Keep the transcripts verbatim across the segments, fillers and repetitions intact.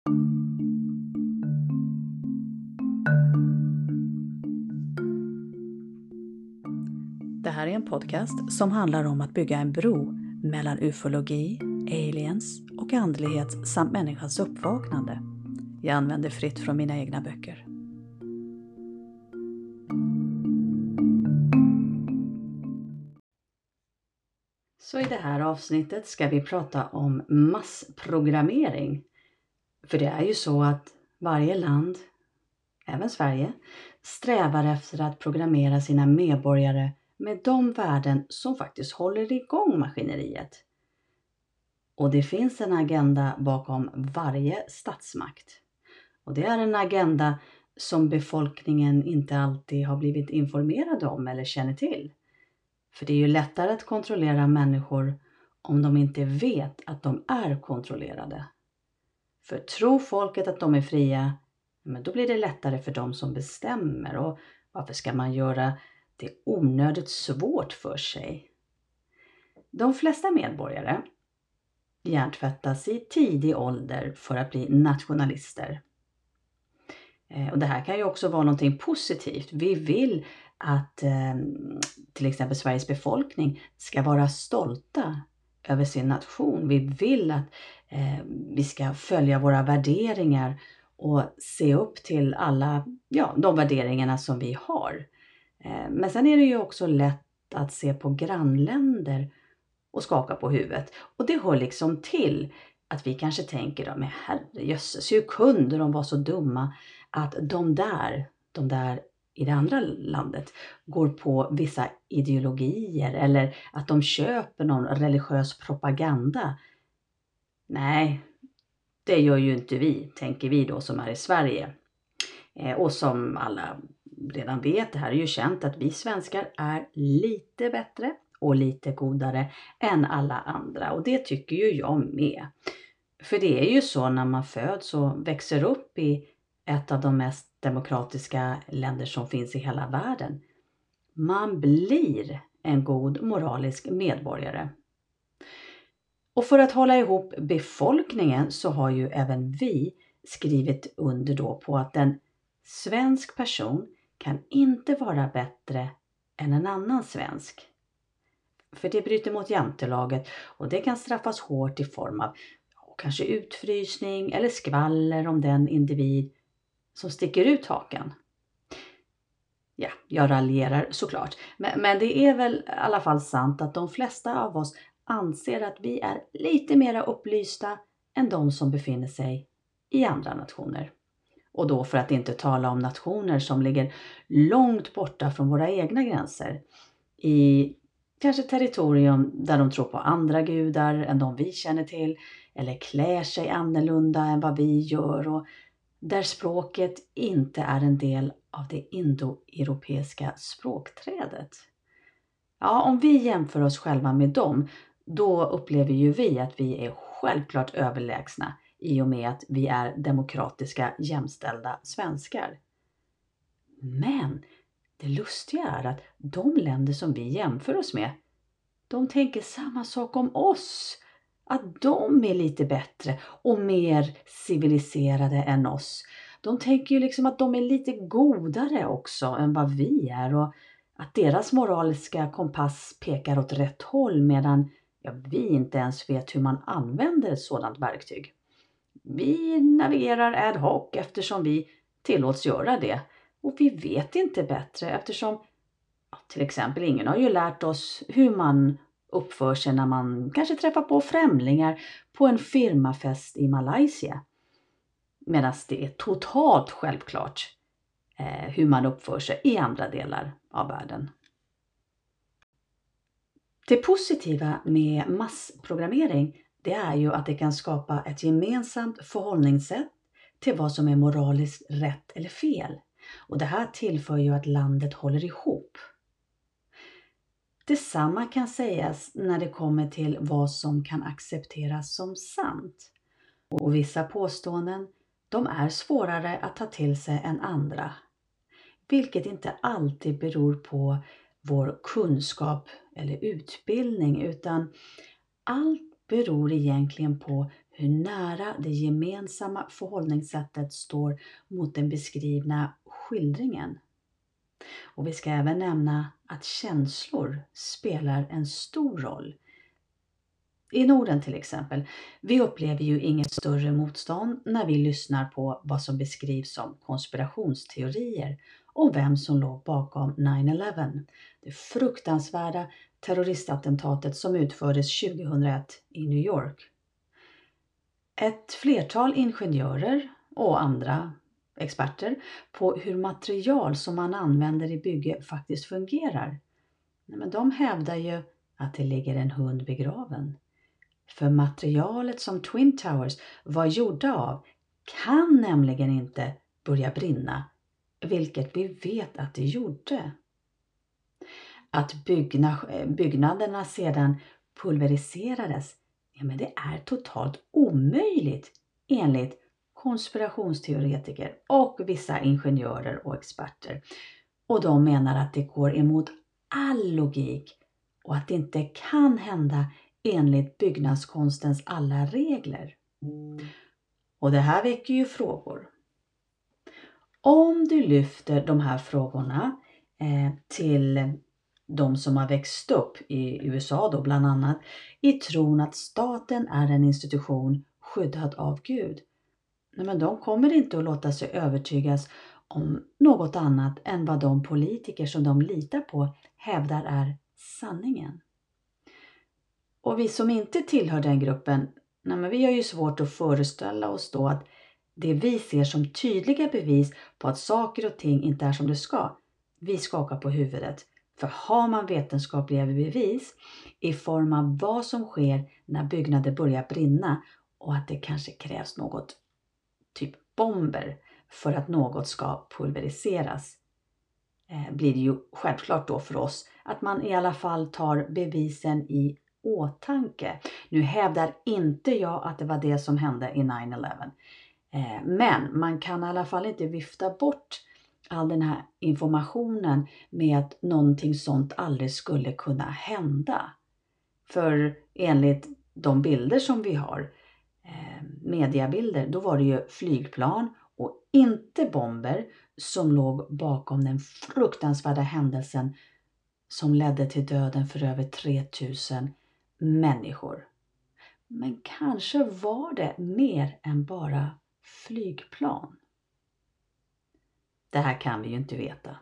Det här är en podcast som handlar om att bygga en bro mellan ufologi, aliens och andlighet samt människans uppvaknande. Jag använder fritt från mina egna böcker. Så i det här avsnittet ska vi prata om massprogrammering. För det är ju så att varje land, även Sverige, strävar efter att programmera sina medborgare med de värden som faktiskt håller igång maskineriet. Och det finns en agenda bakom varje statsmakt. Och det är en agenda som befolkningen inte alltid har blivit informerad om eller känner till. För det är ju lättare att kontrollera människor om de inte vet att de är kontrollerade. För tror folket att de är fria, men då blir det lättare för dem som bestämmer. Och varför ska man göra det onödigt svårt för sig? De flesta medborgare hjärntvättas i tidig ålder för att bli nationalister. Och det här kan ju också vara någonting positivt. Vi vill att eh, till exempel Sveriges befolkning ska vara stolta över sin nation. Vi vill att eh, vi ska följa våra värderingar och se upp till alla ja, de värderingarna som vi har. Eh, men sen är det ju också lätt att se på grannländer och skaka på huvudet. Och det hör liksom till att vi kanske tänker då, men herrejösses, hur kunde de vara så dumma att de där, de där i det andra landet går på vissa ideologier eller att de köper någon religiös propaganda. Nej, det gör ju inte vi, tänker vi då som är i Sverige. Eh, och som alla redan vet, det här är ju känt att vi svenskar är lite bättre och lite godare än alla andra. Och det tycker ju jag med. För det är ju så när man föds och växer upp i ett av de mest demokratiska länder som finns i hela världen. Man blir en god moralisk medborgare. Och för att hålla ihop befolkningen så har ju även vi skrivit under då på att en svensk person kan inte vara bättre än en annan svensk. För det bryter mot jantelaget och det kan straffas hårt i form av kanske utfrysning eller skvaller om den individ som sticker ut hakan. Ja, jag raljerar såklart. Men, men det är väl i alla fall sant att de flesta av oss anser att vi är lite mer upplysta än de som befinner sig i andra nationer. Och då för att inte tala om nationer som ligger långt borta från våra egna gränser. I kanske territorium där de tror på andra gudar än de vi känner till. Eller klär sig annorlunda än vad vi gör. Och där språket inte är en del av det indoeuropeiska språkträdet. Ja, om vi jämför oss själva med dem, då upplever ju vi att vi är självklart överlägsna i och med att vi är demokratiska, jämställda svenskar. Men det lustiga är att de länder som vi jämför oss med, de tänker samma sak om oss. Att de är lite bättre och mer civiliserade än oss. De tänker ju liksom att de är lite godare också än vad vi är. Och att deras moraliska kompass pekar åt rätt håll medan ja, vi inte ens vet hur man använder ett sådant verktyg. Vi navigerar ad hoc eftersom vi tillåts göra det. Och vi vet inte bättre eftersom ja, till exempel ingen har ju lärt oss hur man uppför sig när man kanske träffar på främlingar på en firmafest i Malaysia. Medan det är totalt självklart eh, hur man uppför sig i andra delar av världen. Det positiva med massprogrammering det är ju att det kan skapa ett gemensamt förhållningssätt till vad som är moraliskt rätt eller fel. Och det här tillför ju att landet håller ihop. Detsamma kan sägas när det kommer till vad som kan accepteras som sant. Och vissa påståenden, de är svårare att ta till sig än andra. Vilket inte alltid beror på vår kunskap eller utbildning utan allt beror egentligen på hur nära det gemensamma förhållningssättet står mot den beskrivna skildringen. Och vi ska även nämna att känslor spelar en stor roll. I Norden till exempel, vi upplever ju inget större motstånd när vi lyssnar på vad som beskrivs som konspirationsteorier och vem som låg bakom nine eleven, det fruktansvärda terroristattentatet som utfördes tjugohundraett i New York. Ett flertal ingenjörer och andra experter på hur material som man använder i bygge faktiskt fungerar. Men de hävdar ju att det ligger en hund begraven. För materialet som Twin Towers var gjorda av kan nämligen inte börja brinna, vilket vi vet att det gjorde. Att bygna, byggnaderna sedan pulveriserades, ja men det är totalt omöjligt enligt konspirationsteoretiker och vissa ingenjörer och experter. Och de menar att det går emot all logik och att det inte kan hända enligt byggnadskonstens alla regler. Och det här väcker ju frågor. Om du lyfter de här frågorna eh, till de som har växt upp i U S A då bland annat i tron att staten är en institution skyddad av Gud. Nej, men de kommer inte att låta sig övertygas om något annat än vad de politiker som de litar på hävdar är sanningen. Och vi som inte tillhör den gruppen, nej men vi har ju svårt att föreställa oss då att det vi ser som tydliga bevis på att saker och ting inte är som det ska, vi skakar på huvudet. För har man vetenskapliga bevis i form av vad som sker när byggnader börjar brinna och att det kanske krävs något typ bomber för att något ska pulveriseras, eh, blir det ju självklart då för oss att man i alla fall tar bevisen i åtanke. Nu hävdar inte jag att det var det som hände i nine eleven. Eh, men man kan i alla fall inte vifta bort all den här informationen med att någonting sånt aldrig skulle kunna hända. För enligt de bilder som vi har, eh, mediabilder, då var det ju flygplan och inte bomber som låg bakom den fruktansvärda händelsen som ledde till döden för över tre tusen människor. Men kanske var det mer än bara flygplan. Det här kan vi ju inte veta.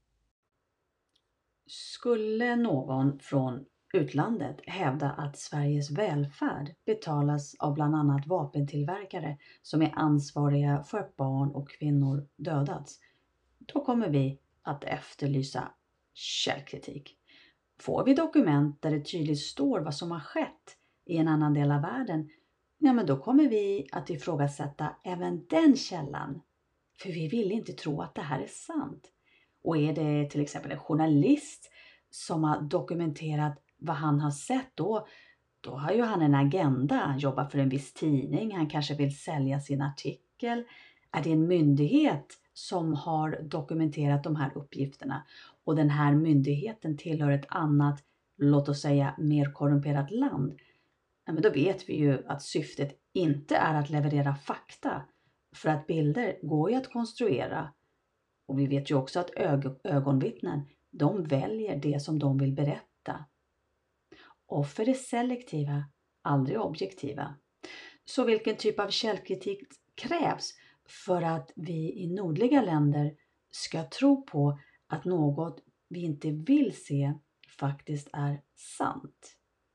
Skulle någon från utlandet hävda att Sveriges välfärd betalas av bland annat vapentillverkare som är ansvariga för att barn och kvinnor dödats, då kommer vi att efterlysa källkritik. Får vi dokument där det tydligt står vad som har skett i en annan del av världen, ja men då kommer vi att ifrågasätta även den källan. För vi vill inte tro att det här är sant. Och är det till exempel en journalist som har dokumenterat vad han har sett då, då har ju han en agenda. Han jobbar för en viss tidning, han kanske vill sälja sin artikel. Är det en myndighet som har dokumenterat de här uppgifterna och den här myndigheten tillhör ett annat, låt oss säga mer korrumperat land, ja, men då vet vi ju att syftet inte är att leverera fakta. För att bilder går ju att konstruera. Och vi vet ju också att ög- ögonvittnen, de väljer det som de vill berätta. Offer är selektiva, aldrig objektiva. Så vilken typ av källkritik krävs för att vi i nordliga länder ska tro på att något vi inte vill se faktiskt är sant?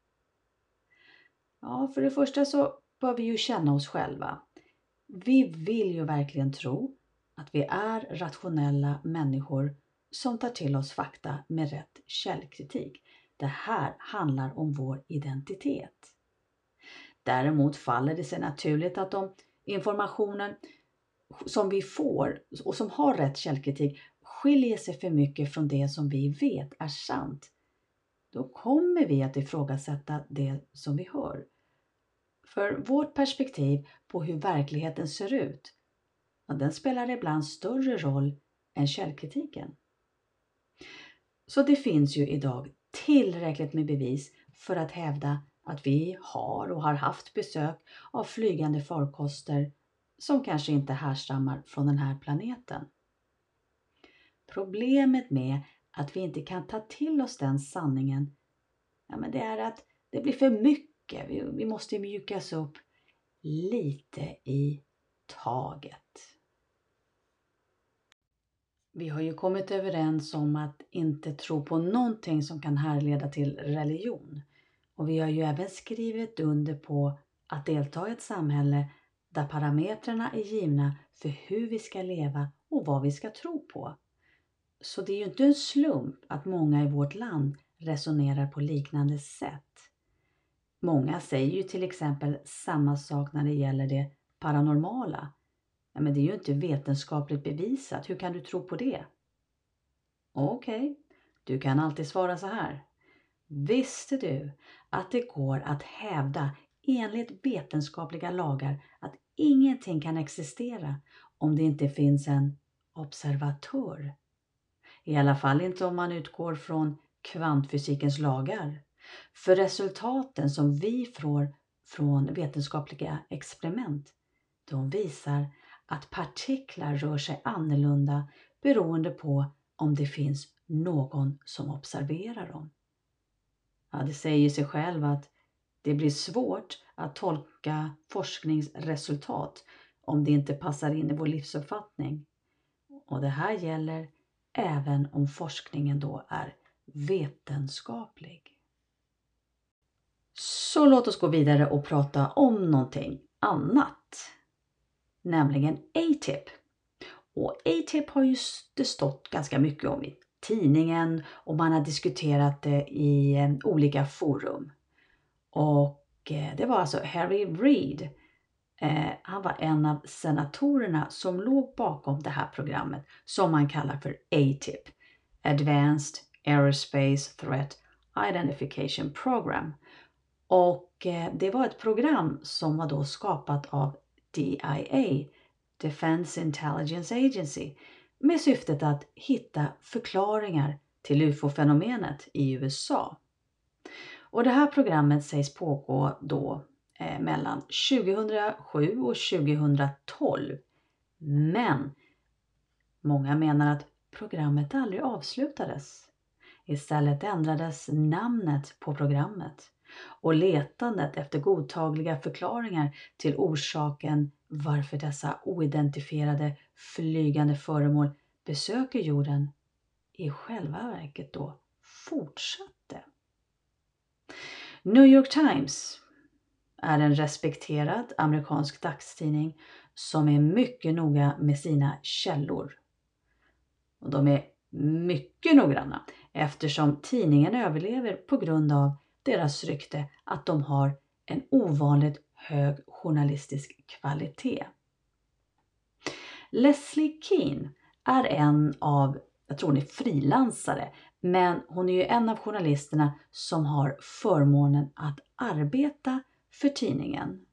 Ja, för det första så bör vi ju känna oss själva. Vi vill ju verkligen tro att vi är rationella människor som tar till oss fakta med rätt källkritik. Det här handlar om vår identitet. Däremot faller det sig naturligt att om informationen som vi får och som har rätt källkritik skiljer sig för mycket från det som vi vet är sant, då kommer vi att ifrågasätta det som vi hör. För vårt perspektiv på hur verkligheten ser ut, ja, den spelar ibland större roll än källkritiken. Så det finns ju idag tillräckligt med bevis för att hävda att vi har och har haft besök av flygande farkoster som kanske inte härstammar från den här planeten. Problemet med att vi inte kan ta till oss den sanningen, ja, men det är att det blir för mycket. Vi, vi måste mjukas upp lite i taget. Vi har ju kommit överens om att inte tro på någonting som kan härleda till religion. Och vi har ju även skrivit under på att delta i ett samhälle där parametrarna är givna för hur vi ska leva och vad vi ska tro på. Så det är ju inte en slump att många i vårt land resonerar på liknande sätt. Många säger ju till exempel samma sak när det gäller det paranormala. Ja, men det är ju inte vetenskapligt bevisat. Hur kan du tro på det? Okej, okay. Du kan alltid svara så här. Visste du att det går att hävda enligt vetenskapliga lagar att ingenting kan existera om det inte finns en observatör? I alla fall inte om man utgår från kvantfysikens lagar. För resultaten som vi får från vetenskapliga experiment, de visar att partiklar rör sig annorlunda beroende på om det finns någon som observerar dem. Ja, det säger sig själv att det blir svårt att tolka forskningsresultat om det inte passar in i vår livsuppfattning. Och det här gäller även om forskningen då är vetenskaplig. Så låt oss gå vidare och prata om någonting annat. Nämligen A T I P. Och A T I P har ju det stått ganska mycket om i tidningen och man har diskuterat det i olika forum. Och det var alltså Harry Reid. Eh, han var en av senatorerna som låg bakom det här programmet som man kallar för A T I P. Advanced Aerospace Threat Identification Program. Och eh, det var ett program som var då skapat av D I A, Defense Intelligence Agency, med syftet att hitta förklaringar till U F O-fenomenet i U S A. Och det här programmet sägs pågå då eh, mellan tjugohundrasju och tjugohundratolv. Men många menar att programmet aldrig avslutades. Istället ändrades namnet på programmet och letandet efter godtagliga förklaringar till orsaken varför dessa oidentifierade flygande föremål besöker jorden i själva verket då fortsatte. New York Times är en respekterad amerikansk dagstidning som är mycket noga med sina källor. Och de är mycket noggranna eftersom tidningen överlever på grund av deras rykte att de har en ovanligt hög journalistisk kvalitet. Leslie Kean är en av, jag tror hon är frilansare, men hon är ju en av journalisterna som har förmånen att arbeta för tidningen.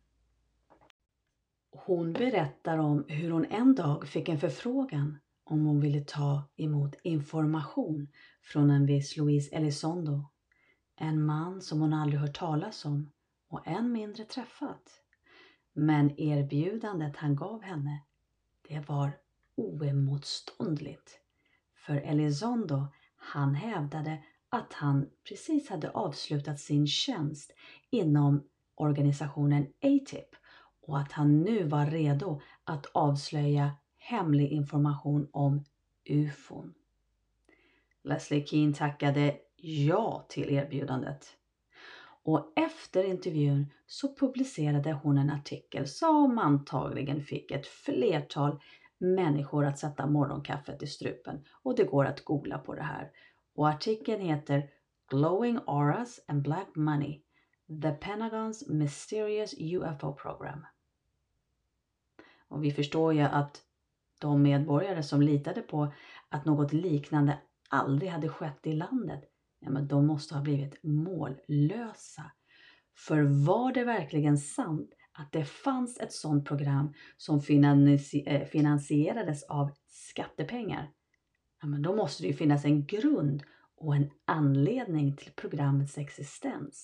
Hon berättar om hur hon en dag fick en förfrågan om hon ville ta emot information från en viss Luis Elizondo. En man som hon aldrig hört talas om och än mindre träffat. Men erbjudandet han gav henne, det var oemotståndligt. För Elizondo, han hävdade att han precis hade avslutat sin tjänst inom organisationen A T I P och att han nu var redo att avslöja hemlig information om U F O. Leslie Kean tackade ja till erbjudandet. Och efter intervjun så publicerade hon en artikel som antagligen fick ett flertal människor att sätta morgonkaffet i strupen. Och det går att googla på det här. Och artikeln heter Glowing Auras and Black Money, The Pentagon's Mysterious U F O Program. Och vi förstår ju att de medborgare som litade på att något liknande aldrig hade skett i landet, ja, men de måste ha blivit mållösa. För var det verkligen sant att det fanns ett sådant program som finansierades av skattepengar? Ja, men då måste det ju finnas en grund och en anledning till programmets existens.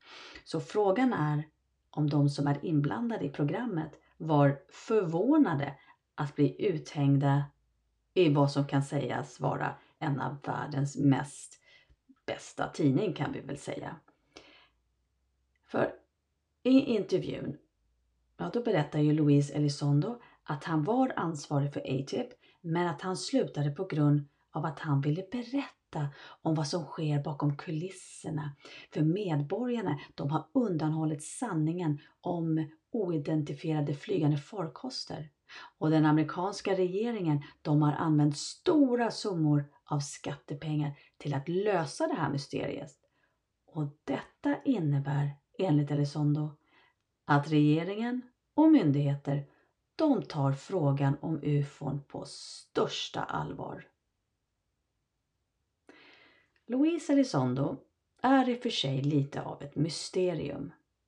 Så frågan är om de som är inblandade i programmet var förvånade att bli uthängda i vad som kan sägas vara en av världens mest bästa tidning, kan vi väl säga. För i intervjun, ja, då berättar ju Luis Elizondo att han var ansvarig för A T I P, men att han slutade på grund av att han ville berätta om vad som sker bakom kulisserna. För medborgarna, de har undanhållit sanningen om oidentifierade flygande farkoster. Och den amerikanska regeringen, de har använt stora summor av skattepengar till att lösa det här mysteriet. Och detta innebär, enligt Elizondo, att regeringen och myndigheter, de tar frågan om U F O på största allvar. Luis Elizondo är i och för sig lite av ett mysterium.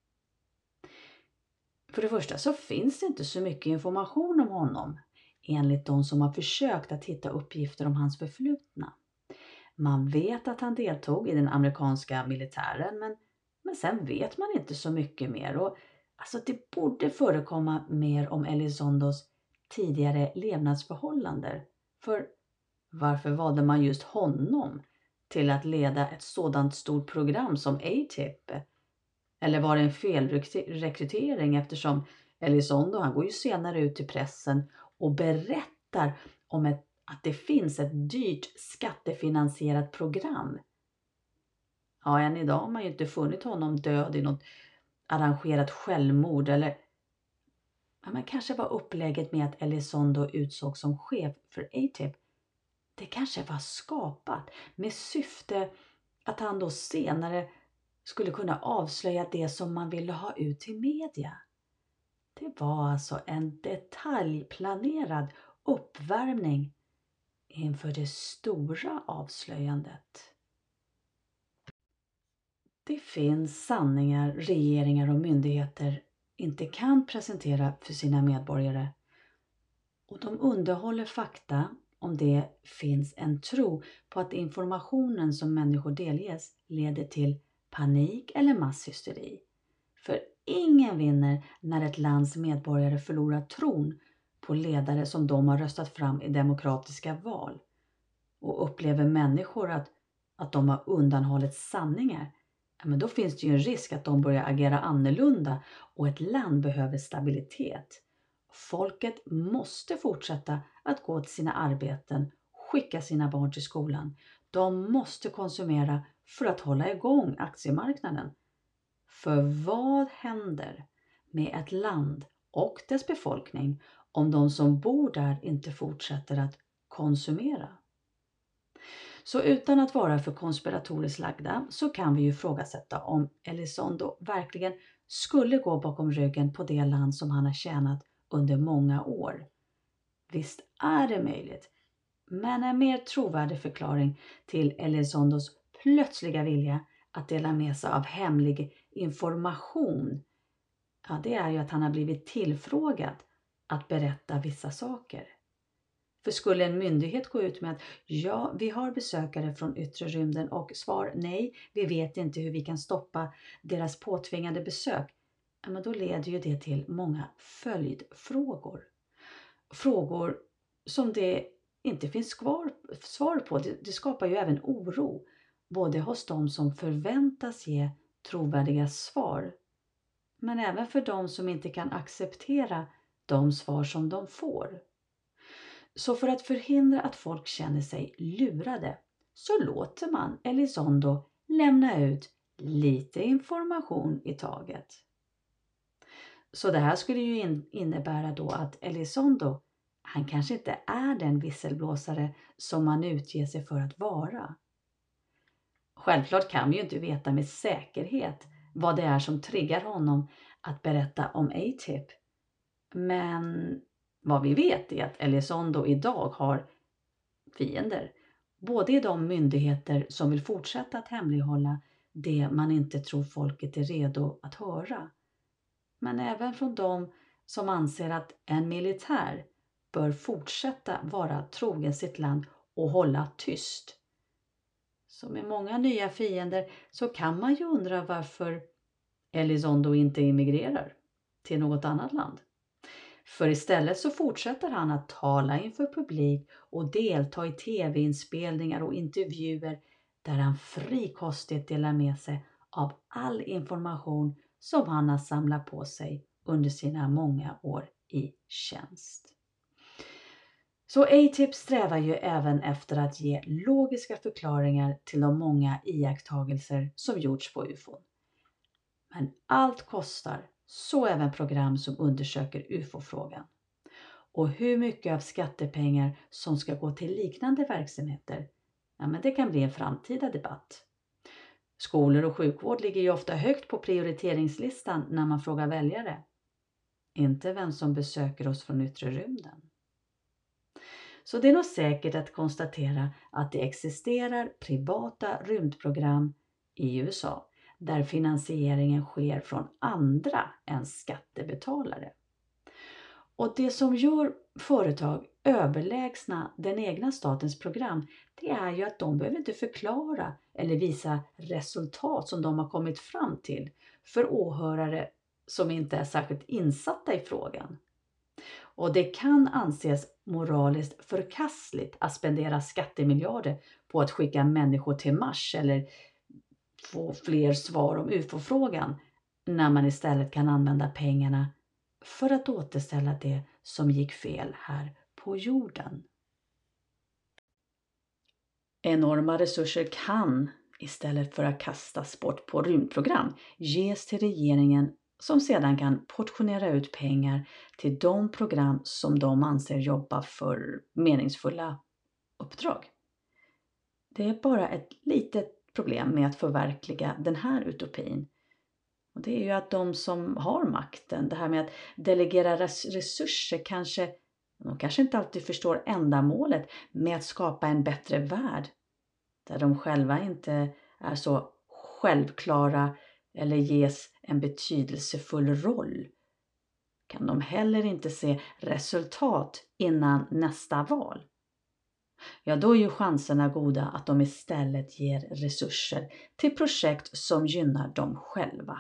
För det första så finns det inte så mycket information om honom, enligt de som har försökt att hitta uppgifter om hans förflutna. Man vet att han deltog i den amerikanska militären, men, men sen vet man inte så mycket mer. Och alltså det borde förekomma mer om Elizondos tidigare levnadsförhållanden. För varför valde man just honom till att leda ett sådant stort program som A T I P? Eller var det en felrekrytering, eftersom Elizondo, han går ju senare ut till pressen och berättar om ett, att det finns ett dyrt skattefinansierat program. Ja, än idag har man ju inte funnit honom död i något arrangerat självmord, eller ja, men kanske var upplägget med att Elizondo utsågs som chef för A T I P. Det kanske var skapat med syfte att han då senare skulle kunna avslöja det som man ville ha ut till media. Det var alltså en detaljplanerad uppvärmning inför det stora avslöjandet. Det finns sanningar regeringar och myndigheter inte kan presentera för sina medborgare. Och de underhåller fakta om det finns en tro på att informationen som människor delges leder till panik eller masshysteri. För ingen vinner när ett lands medborgare förlorar tron på ledare som de har röstat fram i demokratiska val. Och upplever människor att, att de har undanhållit sanningar, ja, men då finns det ju en risk att de börjar agera annorlunda och ett land behöver stabilitet. Folket måste fortsätta att gå till sina arbeten, skicka sina barn till skolan. De måste konsumera för att hålla igång aktiemarknaden. För vad händer med ett land och dess befolkning om de som bor där inte fortsätter att konsumera? Så utan att vara för konspiratoriskt lagda så kan vi ju ifrågasätta om Elizondo verkligen skulle gå bakom ryggen på det land som han har tjänat under många år. Visst är det möjligt, men en mer trovärdig förklaring till Elizondos plötsliga vilja att dela med sig av hemlig information, ja, det är ju att han har blivit tillfrågad att berätta vissa saker. För skulle en myndighet gå ut med att ja, vi har besökare från yttre rymden och svar nej, vi vet inte hur vi kan stoppa deras påtvingade besök, ja, men då leder ju det till många följdfrågor. Frågor som det inte finns svar, svar på. Det, det skapar ju även oro, både hos de som förväntas ge trovärdiga svar, men även för de som inte kan acceptera de svar som de får. Så för att förhindra att folk känner sig lurade så låter man Elizondo lämna ut lite information i taget. Så det här skulle ju innebära då att Elizondo, han kanske inte är den visselblåsare som man utger sig för att vara. Självklart kan vi ju inte veta med säkerhet vad det är som triggar honom att berätta om A T I P. Men vad vi vet är att Elizondo idag har fiender. Både i de myndigheter som vill fortsätta att hemlighålla det man inte tror folket är redo att höra. Men även från de som anser att en militär bör fortsätta vara trogen sitt land och hålla tyst. Så med många nya fiender så kan man ju undra varför Elizondo inte emigrerar till något annat land. För istället så fortsätter han att tala inför publik och delta i tv-inspelningar och intervjuer där han frikostigt delar med sig av all information som han har samlat på sig under sina många år i tjänst. Så A-Tip strävar ju även efter att ge logiska förklaringar till de många iakttagelser som gjorts på U F O. Men allt kostar, så även program som undersöker U F O-frågan. Och hur mycket av skattepengar som ska gå till liknande verksamheter, ja, men det kan bli en framtida debatt. Skolor och sjukvård ligger ju ofta högt på prioriteringslistan när man frågar väljare. Inte vem som besöker oss från yttre rymden. Så det är nog säkert att konstatera att det existerar privata rymdprogram i U S A där finansieringen sker från andra än skattebetalare. Och det som gör företag överlägsna den egna statens program, det är ju att de behöver inte förklara eller visa resultat som de har kommit fram till för åhörare som inte är särskilt insatta i frågan. Och det kan anses moraliskt förkastligt att spendera skattemiljarder på att skicka människor till Mars eller få fler svar om U F O-frågan när man istället kan använda pengarna för att återställa det som gick fel här på jorden. Enorma resurser kan, istället för att kastas bort på rymdprogram, ges till regeringen som sedan kan portionera ut pengar till de program som de anser jobba för meningsfulla uppdrag. Det är bara ett litet problem med att förverkliga den här utopin. Och det är ju att de som har makten, det här med att delegera resurser, kanske, de kanske inte alltid förstår ändamålet med att skapa en bättre värld. Där de själva inte är så självklara eller ges en betydelsefull roll. Kan de heller inte se resultat innan nästa val. Ja, då är ju chanserna goda att de istället ger resurser till projekt som gynnar dem själva.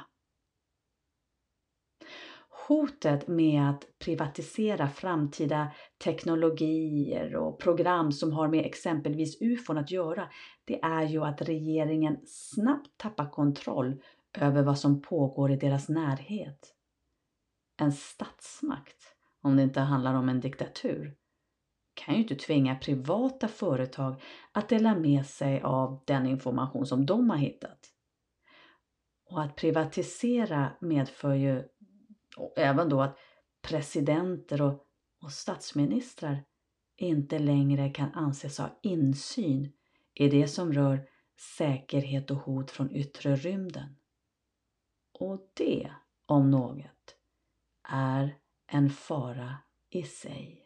Hotet med att privatisera framtida teknologier och program som har med exempelvis U F O att göra, det är ju att regeringen snabbt tappar kontroll över vad som pågår i deras närhet. En statsmakt, om det inte handlar om en diktatur, kan ju inte tvinga privata företag att dela med sig av den information som de har hittat. Och att privatisera medför ju även då att presidenter och, och statsministrar inte längre kan anses ha insyn i det som rör säkerhet och hot från yttre rymden. Och det, om något, är en fara i sig.